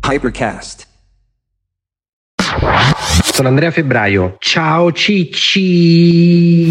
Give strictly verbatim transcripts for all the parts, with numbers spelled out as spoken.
Hypercast. Sono Andrea Febbraio. Ciao Cicci.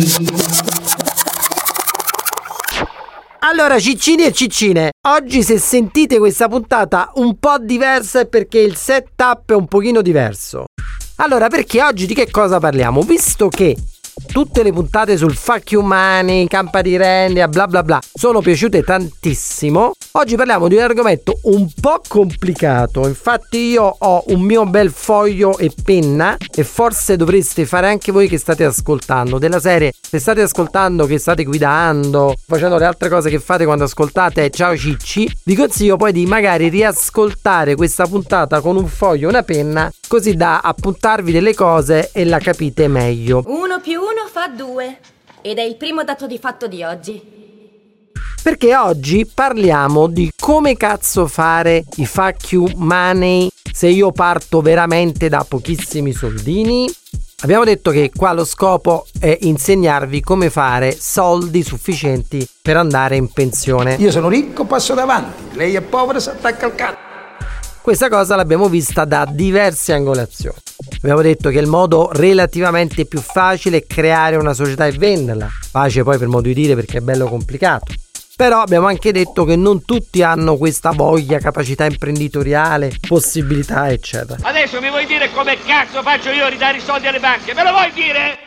Allora, ciccini e ciccine, oggi se sentite questa puntata un po' diversa è perché il setup è un pochino diverso. Allora, perché oggi di che cosa parliamo? Visto che tutte le puntate sul fuck you money, campa di rendita, bla bla bla, sono piaciute tantissimo, oggi parliamo di un argomento un po' complicato. Infatti io ho un mio bel foglio e penna e forse dovreste fare anche voi che state ascoltando, della serie, se state ascoltando, che state guidando, facendo le altre cose che fate quando ascoltate Ciao Cicci, vi consiglio poi di magari riascoltare questa puntata con un foglio e una penna, così da appuntarvi delle cose e la capite meglio. Uno più uno fa due ed è il primo dato di fatto di oggi. Perché oggi parliamo di come cazzo fare i fuck you money se io parto veramente da pochissimi soldini. Abbiamo detto che qua lo scopo è insegnarvi come fare soldi sufficienti per andare in pensione. Io sono ricco, passo davanti, lei è povera, si attacca al cazzo. Questa cosa l'abbiamo vista da diverse angolazioni. Abbiamo detto che il modo relativamente più facile è creare una società e venderla. Facile poi per modo di dire perché è bello complicato. Però abbiamo anche detto che non tutti hanno questa voglia, capacità imprenditoriale, possibilità eccetera. Adesso mi vuoi dire come cazzo faccio io a ridare i soldi alle banche? Me lo vuoi dire?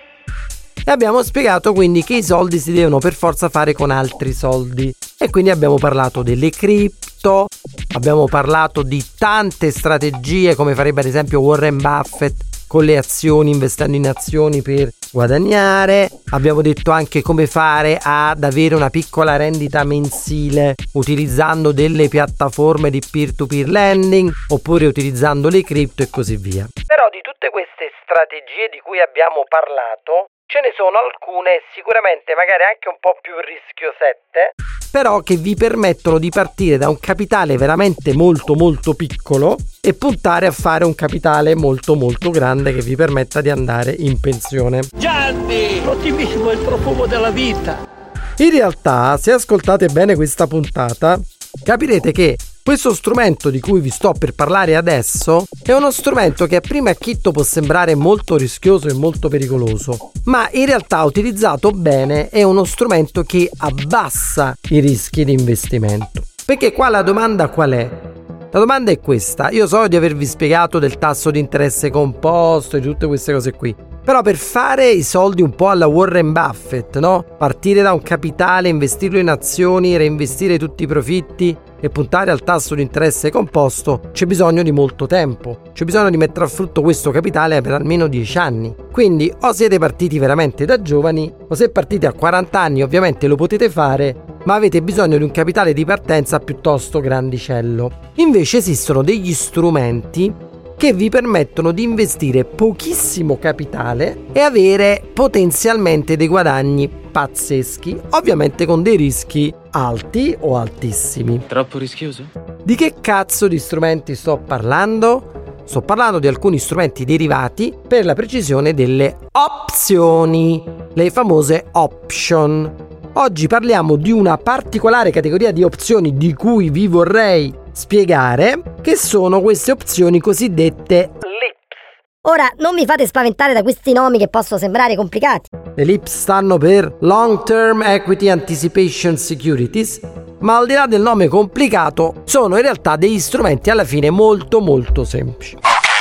E abbiamo spiegato quindi che i soldi si devono per forza fare con altri soldi. E quindi abbiamo parlato delle cripto, abbiamo parlato di tante strategie come farebbe ad esempio Warren Buffett con le azioni, investendo in azioni per guadagnare. Abbiamo detto anche come fare ad avere una piccola rendita mensile utilizzando delle piattaforme di peer-to-peer lending oppure utilizzando le cripto e così via. Però di tutte queste strategie di cui abbiamo parlato ce ne sono alcune sicuramente magari anche un po' più rischiosette, però che vi permettono di partire da un capitale veramente molto molto piccolo e puntare a fare un capitale molto molto grande che vi permetta di andare in pensione. Gianni, l'ottimismo è il profumo della vita. In realtà, se ascoltate bene questa puntata, capirete che questo strumento di cui vi sto per parlare adesso è uno strumento che a prima acchito può sembrare molto rischioso e molto pericoloso, ma in realtà utilizzato bene è uno strumento che abbassa i rischi di investimento. Perché qua la domanda qual è? La domanda è questa: io so di avervi spiegato del tasso di interesse composto e tutte queste cose qui, però per fare i soldi un po' alla Warren Buffett, no? Partire da un capitale, investirlo in azioni, reinvestire tutti i profitti e puntare al tasso di interesse composto, c'è bisogno di molto tempo, c'è bisogno di mettere a frutto questo capitale per almeno dieci anni. Quindi o siete partiti veramente da giovani, o se partite a quaranta anni ovviamente lo potete fare, ma avete bisogno di un capitale di partenza piuttosto grandicello. Invece esistono degli strumenti che vi permettono di investire pochissimo capitale e avere potenzialmente dei guadagni pazzeschi, ovviamente con dei rischi alti o altissimi. Troppo rischioso? Di che cazzo di strumenti sto parlando? Sto parlando di alcuni strumenti derivati, per la precisione delle opzioni, le famose option. Oggi parliamo di una particolare categoria di opzioni di cui vi vorrei spiegare, che sono queste opzioni cosiddette L I P S. Ora, non mi fate spaventare da questi nomi che possono sembrare complicati. Le L I P S stanno per Long Term Equity Anticipation Securities, ma al di là del nome complicato, sono in realtà degli strumenti alla fine molto molto semplici.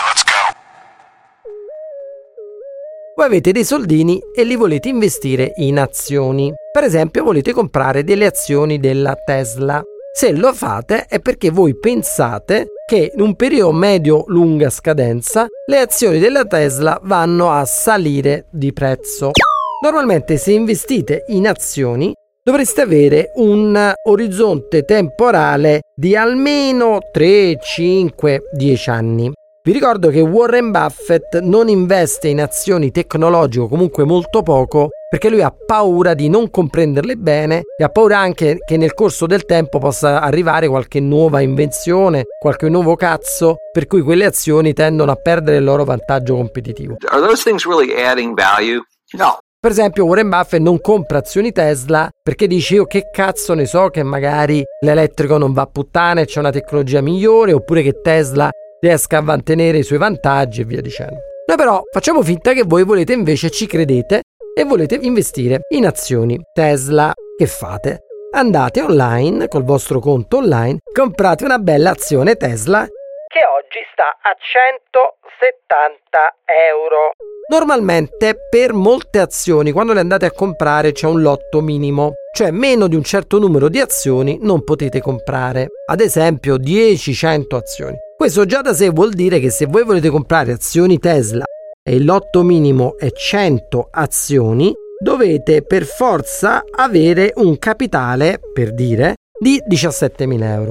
Voi avete dei soldini e li volete investire in azioni. Per esempio, volete comprare delle azioni della Tesla. Se lo fate è perché voi pensate che in un periodo medio-lunga scadenza le azioni della Tesla vanno a salire di prezzo. Normalmente se investite in azioni dovreste avere un orizzonte temporale di almeno tre, cinque, dieci anni. Vi ricordo che Warren Buffett non investe in azioni tecnologiche o comunque molto poco perché lui ha paura di non comprenderle bene e ha paura anche che nel corso del tempo possa arrivare qualche nuova invenzione, qualche nuovo cazzo, per cui quelle azioni tendono a perdere il loro vantaggio competitivo. Are those things really adding value? No. Per esempio Warren Buffett non compra azioni Tesla perché dice io che cazzo ne so che magari l'elettrico non va a puttane e c'è una tecnologia migliore, oppure che Tesla riesca a mantenere i suoi vantaggi e via dicendo. Noi però facciamo finta che voi volete invece ci credete e volete investire in azioni Tesla. Che fate? Andate online col vostro conto online, comprate una bella azione Tesla che oggi sta a centosettanta euro. Normalmente per molte azioni quando le andate a comprare c'è un lotto minimo, cioè meno di un certo numero di azioni non potete comprare, ad esempio dieci cento azioni. Questo già da sé vuol dire che se voi volete comprare azioni Tesla e il lotto minimo è cento azioni, dovete per forza avere un capitale, per dire, di diciassettemila euro.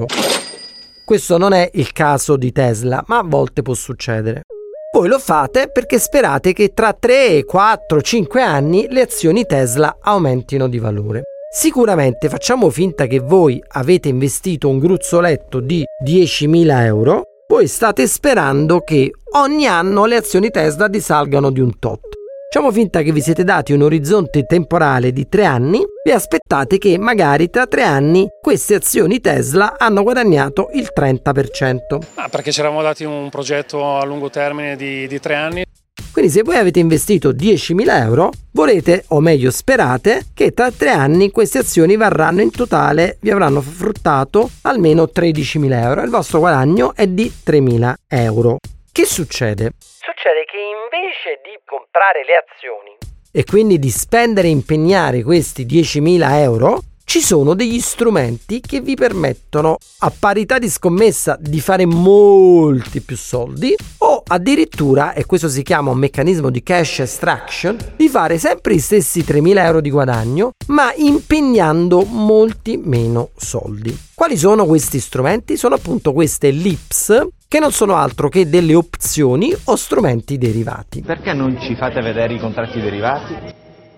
Questo non è il caso di Tesla, ma a volte può succedere. Voi lo fate perché sperate che tra tre, quattro, cinque anni le azioni Tesla aumentino di valore. Sicuramente facciamo finta che voi avete investito un gruzzoletto di diecimila euro, voi state sperando che ogni anno le azioni Tesla risalgano di un tot. Facciamo finta che vi siete dati un orizzonte temporale di tre anni e aspettate che magari tra tre anni queste azioni Tesla hanno guadagnato il trenta per cento. Ah, perché ci eravamo dati un progetto a lungo termine di, di tre anni. Quindi se voi avete investito diecimila euro, volete, o meglio sperate, che tra tre anni queste azioni varranno in totale, vi avranno fruttato almeno tredicimila euro e il vostro guadagno è di tremila euro. Che succede? Succede che invece di comprare le azioni e quindi di spendere e impegnare questi diecimila euro, ci sono degli strumenti che vi permettono a parità di scommessa di fare molti più soldi o addirittura, e questo si chiama un meccanismo di cash extraction, di fare sempre gli stessi tremila euro di guadagno ma impegnando molti meno soldi. Quali sono questi strumenti? Sono appunto queste L I P S, che non sono altro che delle opzioni o strumenti derivati. Perché non ci fate vedere i contratti derivati?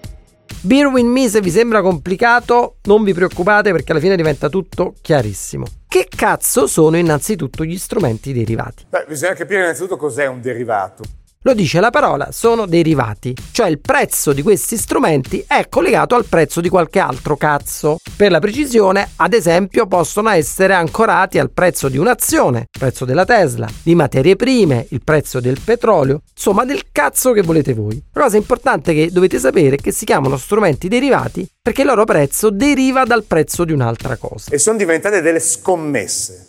Bear with me se vi sembra complicato, non vi preoccupate perché alla fine diventa tutto chiarissimo. Che cazzo sono innanzitutto gli strumenti derivati? Beh, bisogna capire innanzitutto cos'è un derivato. Lo dice la parola, sono derivati, cioè il prezzo di questi strumenti è collegato al prezzo di qualche altro cazzo. Per la precisione, ad esempio, possono essere ancorati al prezzo di un'azione, il prezzo della Tesla, di materie prime, il prezzo del petrolio, insomma del cazzo che volete voi. La cosa importante che dovete sapere è che si chiamano strumenti derivati perché il loro prezzo deriva dal prezzo di un'altra cosa. E sono diventate delle scommesse.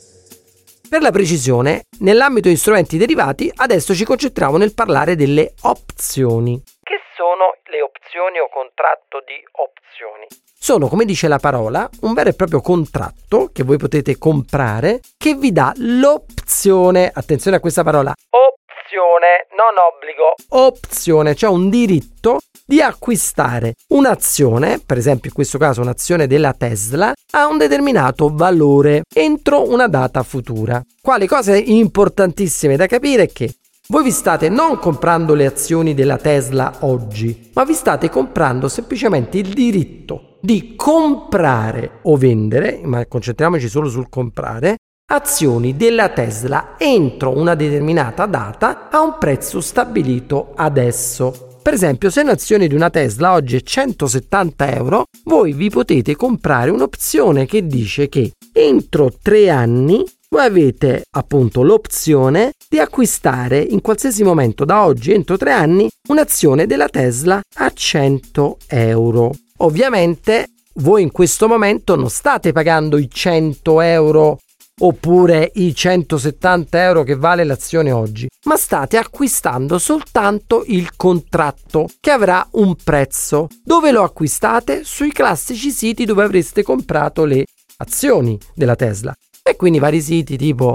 Per la precisione, nell'ambito di strumenti derivati, adesso ci concentriamo nel parlare delle opzioni. Che sono le opzioni o contratto di opzioni? Sono, come dice la parola, un vero e proprio contratto che voi potete comprare che vi dà l'opzione, attenzione a questa parola, opzione, non obbligo, opzione, cioè un diritto di acquistare un'azione, per esempio in questo caso un'azione della Tesla, a un determinato valore entro una data futura. Qua le cose importantissime da capire è che voi vi state non comprando le azioni della Tesla oggi, ma vi state comprando semplicemente il diritto di comprare o vendere, ma concentriamoci solo sul comprare, azioni della Tesla entro una determinata data a un prezzo stabilito adesso. Per esempio, se un'azione di una Tesla oggi è centosettanta euro, voi vi potete comprare un'opzione che dice che entro tre anni voi avete appunto l'opzione di acquistare in qualsiasi momento da oggi entro tre anni un'azione della Tesla a cento euro. Ovviamente voi in questo momento non state pagando i cento euro oppure i centosettanta euro che vale l'azione oggi, ma state acquistando soltanto il contratto che avrà un prezzo. Dove lo acquistate? Sui classici siti dove avreste comprato le azioni della Tesla. E quindi vari siti tipo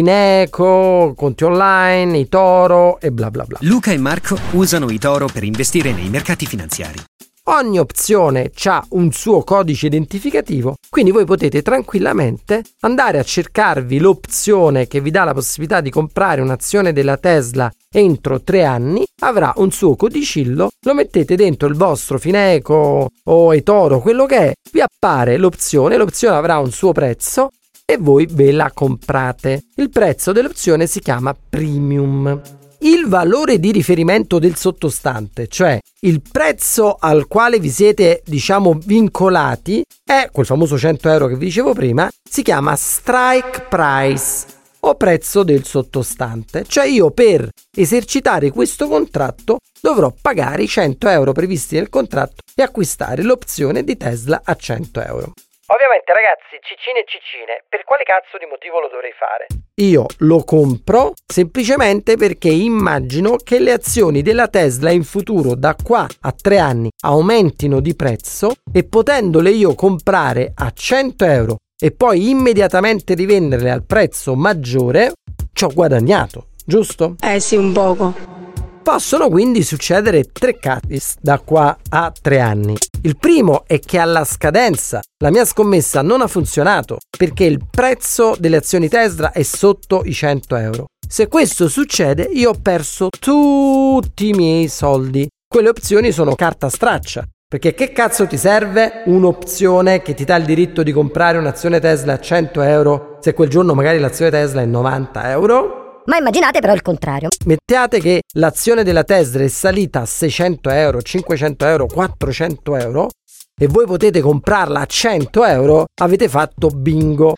Fineco, conti online, eToro e bla bla bla. Luca e Marco usano eToro per investire nei mercati finanziari. Ogni opzione ha un suo codice identificativo, quindi voi potete tranquillamente andare a cercarvi l'opzione che vi dà la possibilità di comprare un'azione della Tesla entro tre anni, avrà un suo codicillo, lo mettete dentro il vostro Fineco o eToro, quello che è, vi appare l'opzione, l'opzione avrà un suo prezzo e voi ve la comprate. Il prezzo dell'opzione si chiama premium. il valore di riferimento del sottostante, cioè il prezzo al quale vi siete, diciamo, vincolati, è quel famoso cento euro che vi dicevo prima, si chiama strike price o prezzo del sottostante. Cioè io per esercitare questo contratto dovrò pagare i cento euro previsti nel contratto e acquistare l'opzione di Tesla a cento euro. Ovviamente ragazzi, ciccine e ciccine, per quale cazzo di motivo lo dovrei fare? Io lo compro semplicemente perché immagino che le azioni della Tesla in futuro da qua a tre anni aumentino di prezzo e potendole io comprare a cento euro e poi immediatamente rivenderle al prezzo maggiore, ci ho guadagnato, giusto? Eh sì, un poco. Possono quindi succedere tre casi da qua a tre anni. Il primo è che alla scadenza la mia scommessa non ha funzionato perché il prezzo delle azioni Tesla è sotto i cento euro. Se questo succede, io ho perso tutti i miei soldi. Quelle opzioni sono carta straccia. Perché che cazzo ti serve un'opzione che ti dà il diritto di comprare un'azione Tesla a cento euro se quel giorno magari l'azione Tesla è novanta euro? Ma immaginate però il contrario. Mettiate che l'azione della Tesla è salita a seicento euro, cinquecento euro, quattrocento euro e voi potete comprarla a cento euro, avete fatto bingo.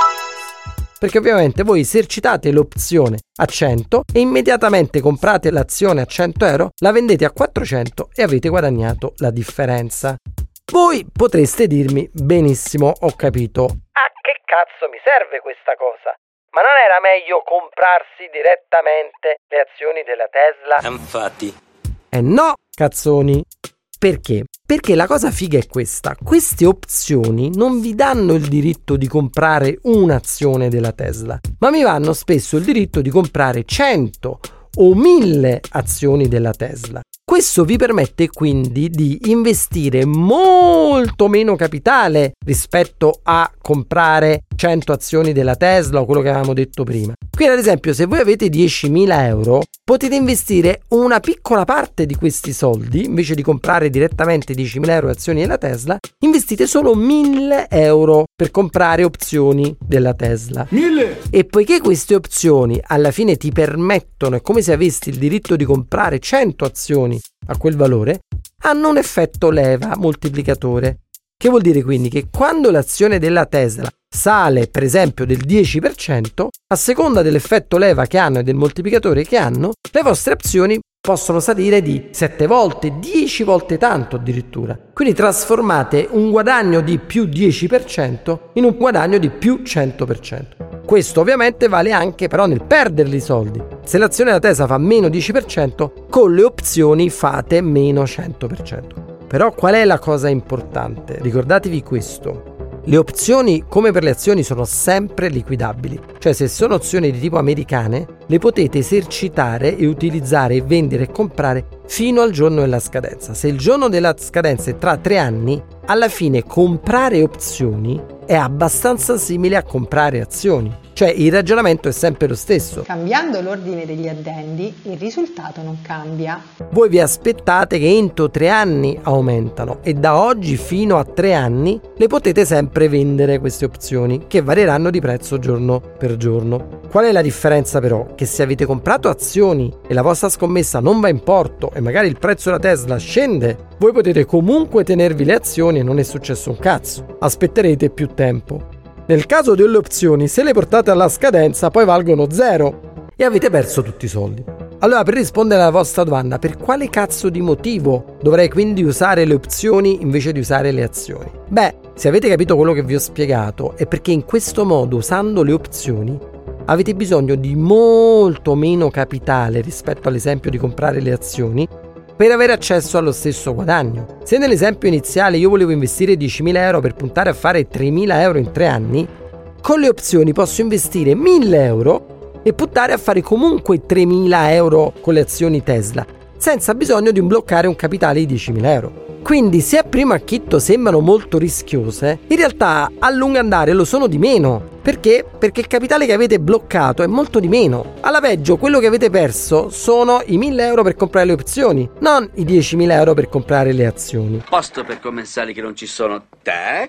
Perché ovviamente voi esercitate l'opzione a cento e immediatamente comprate l'azione a cento euro, la vendete a quattrocento e avete guadagnato la differenza. Voi potreste dirmi, benissimo, ho capito. Ah, che cazzo mi serve questa cosa? Ma non era meglio comprarsi direttamente le azioni della Tesla? Infatti. Eh no, cazzoni. Perché? Perché la cosa figa è questa. Queste opzioni non vi danno il diritto di comprare un'azione della Tesla, ma mi vanno spesso il diritto di comprare cento o mille azioni della Tesla. Questo vi permette quindi di investire molto meno capitale rispetto a comprare cento azioni della Tesla o quello che avevamo detto prima. Quindi ad esempio se voi avete diecimila euro potete investire una piccola parte di questi soldi, invece di comprare direttamente diecimila euro azioni della Tesla, investite solo mille euro per comprare opzioni della Tesla. mille! E poiché queste opzioni alla fine ti permettono, è come se avessi il diritto di comprare cento azioni a quel valore, hanno un effetto leva moltiplicatore. Che vuol dire quindi che quando l'azione della Tesla sale per esempio del dieci per cento, a seconda dell'effetto leva che hanno e del moltiplicatore che hanno, le vostre azioni possono salire di sette volte, dieci volte tanto addirittura. Quindi trasformate un guadagno di più dieci per cento in un guadagno di più cento per cento. Questo ovviamente vale anche però nel perderli i soldi. Se l'azione della Tesla fa meno dieci per cento, con le opzioni fate meno cento per cento. Però qual è la cosa importante? Ricordatevi questo. Le opzioni, come per le azioni, sono sempre liquidabili. Cioè se sono azioni di tipo americane, le potete esercitare e utilizzare e vendere e comprare fino al giorno della scadenza. Se il giorno della scadenza è tra tre anni, alla fine comprare opzioni è abbastanza simile a comprare azioni. Cioè il ragionamento è sempre lo stesso. Cambiando l'ordine degli addendi, il risultato non cambia. Voi vi aspettate che entro tre anni aumentano e da oggi fino a tre anni le potete sempre vendere queste opzioni che varieranno di prezzo giorno per giorno. Qual è la differenza però? Che se avete comprato azioni e la vostra scommessa non va in porto e magari il prezzo della Tesla scende, voi potete comunque tenervi le azioni e non è successo un cazzo. Aspetterete più tempo. Nel caso delle opzioni, se le portate alla scadenza, poi valgono zero e avete perso tutti i soldi. Allora, per rispondere alla vostra domanda, per quale cazzo di motivo dovrei quindi usare le opzioni invece di usare le azioni? Beh, se avete capito quello che vi ho spiegato, è perché in questo modo, usando le opzioni, avete bisogno di molto meno capitale rispetto all'esempio di comprare le azioni per avere accesso allo stesso guadagno. Se nell'esempio iniziale io volevo investire diecimila euro per puntare a fare tremila euro in tre anni, con le opzioni posso investire mille euro e puntare a fare comunque tremila euro con le azioni Tesla, senza bisogno di bloccare un capitale di diecimila euro. Quindi se a primo acchitto sembrano molto rischiose, in realtà a lungo andare lo sono di meno. Perché? Perché il capitale che avete bloccato è molto di meno. Alla peggio quello che avete perso sono i mille euro per comprare le opzioni, non i diecimila euro per comprare le azioni. Posto per commensali che non ci sono. Tac,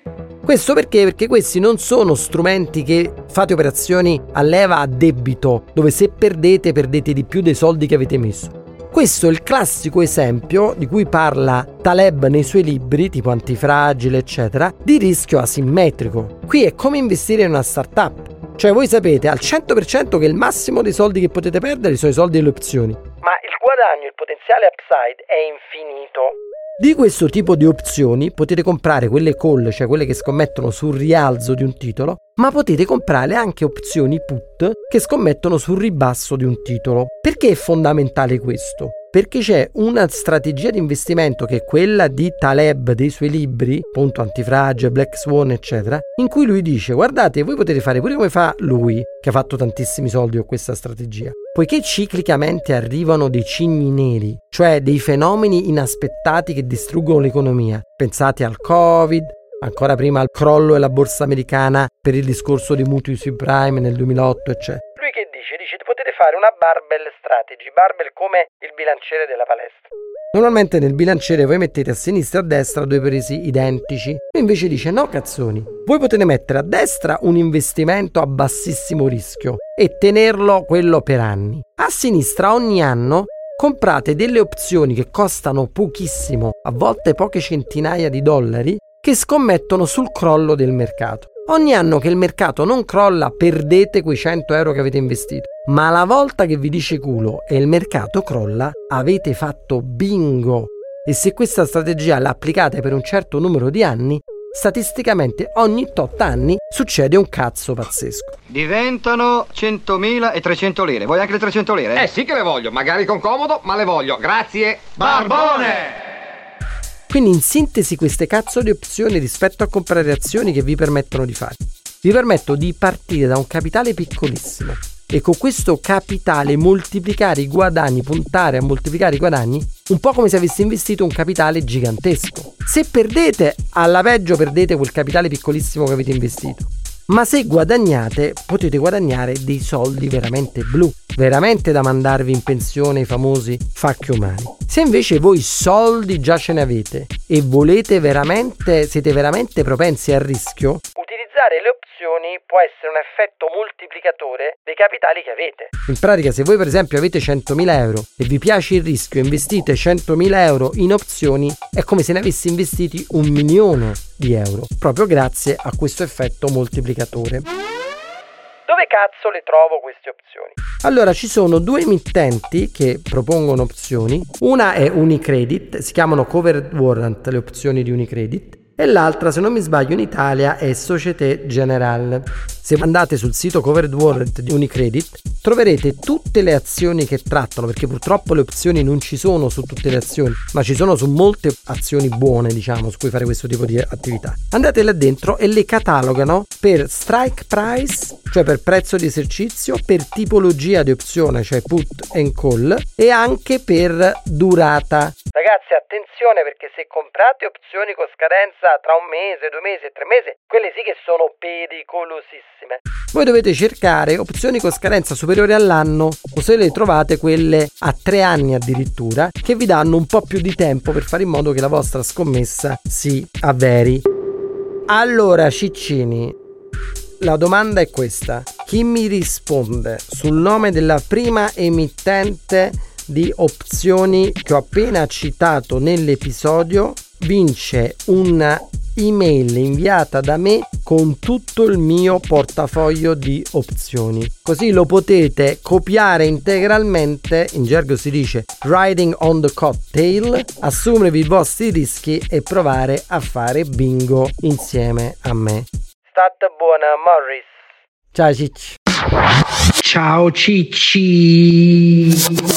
Questo perché? Perché questi non sono strumenti che fate operazioni a leva a debito, dove se perdete perdete di più dei soldi che avete messo. Questo è il classico esempio di cui parla Taleb nei suoi libri, tipo Antifragile, eccetera, di rischio asimmetrico. Qui è come investire in una startup. Cioè voi sapete al cento per cento che il massimo dei soldi che potete perdere sono i soldi delle opzioni. Ma il guadagno, il potenziale upside è infinito. Di questo tipo di opzioni potete comprare quelle call, cioè quelle che scommettono sul rialzo di un titolo, ma potete comprare anche opzioni put che scommettono sul ribasso di un titolo. Perché è fondamentale questo? Perché c'è una strategia di investimento che è quella di Taleb dei suoi libri, appunto Antifragile, Black Swan, eccetera, in cui lui dice: guardate, voi potete fare pure come fa lui, che ha fatto tantissimi soldi con questa strategia. Poiché ciclicamente arrivano dei cigni neri, cioè dei fenomeni inaspettati che distruggono l'economia. Pensate al Covid, ancora prima al crollo della borsa americana per il discorso dei mutui subprime nel duemilaotto, eccetera. Lui che dice? Dice potete fare una barbell strategy, barbell come il bilanciere della palestra. Normalmente nel bilanciere voi mettete a sinistra e a destra due pesi identici. Lui invece dice: no cazzoni, voi potete mettere a destra un investimento a bassissimo rischio e tenerlo quello per anni. A sinistra ogni anno comprate delle opzioni che costano pochissimo, a volte poche centinaia di dollari, che scommettono sul crollo del mercato. Ogni anno che il mercato non crolla perdete quei cento euro che avete investito, ma la volta che vi dice culo e il mercato crolla avete fatto bingo. E se questa strategia la applicate per un certo numero di anni, statisticamente ogni tot anni succede un cazzo pazzesco. Diventano centomila e trecento lire. Vuoi anche le trecento lire? Eh sì che le voglio, magari con comodo, ma le voglio. Grazie. Barbone! Quindi in sintesi queste cazzo di opzioni rispetto a comprare azioni che vi permettono di fare? Vi permetto di partire da un capitale piccolissimo e con questo capitale moltiplicare i guadagni, puntare a moltiplicare i guadagni un po' come se avessi investito un capitale gigantesco. Se perdete, alla peggio perdete quel capitale piccolissimo che avete investito. Ma se guadagnate, potete guadagnare dei soldi veramente blu, veramente da mandarvi in pensione i famosi facchi umani. Se invece voi soldi già ce ne avete e volete veramente, siete veramente propensi al rischio, utilizzare le opzioni può essere un effetto moltiplicatore dei capitali che avete. In pratica, se voi per esempio avete centomila euro e vi piace il rischio e investite centomila euro in opzioni, è come se ne avessi investiti un milione di euro, proprio grazie a questo effetto moltiplicatore. Dove cazzo le trovo queste opzioni? Allora, ci sono due emittenti che propongono opzioni. Una è Unicredit, si chiamano Covered Warrant le opzioni di Unicredit, e l'altra, se non mi sbaglio, in Italia è Société Générale. Se andate sul sito Covered Warrant di Unicredit troverete tutte le azioni che trattano, perché purtroppo le opzioni non ci sono su tutte le azioni, ma ci sono su molte azioni buone, diciamo, su cui fare questo tipo di attività. Andate là dentro e le catalogano per strike price, cioè per prezzo di esercizio, per tipologia di opzione, cioè put and call, e anche per durata. Ragazzi, attenzione, perché se comprate opzioni con scadenza tra un mese, due mesi e tre mesi, quelle sì che sono pericolosissime. Voi dovete cercare opzioni con scadenza superiore all'anno, o se le trovate quelle a tre anni addirittura, che vi danno un po' più di tempo per fare in modo che la vostra scommessa si avveri. Allora, ciccini, la domanda è questa: chi mi risponde sul nome della prima emittente di opzioni che ho appena citato nell'episodio vince una email inviata da me con tutto il mio portafoglio di opzioni, così lo potete copiare integralmente, in gergo si dice riding on the coattail, assumervi i vostri rischi e provare a fare bingo insieme a me. State buona, Morris. Ciao Cicci. Ciao Cicci.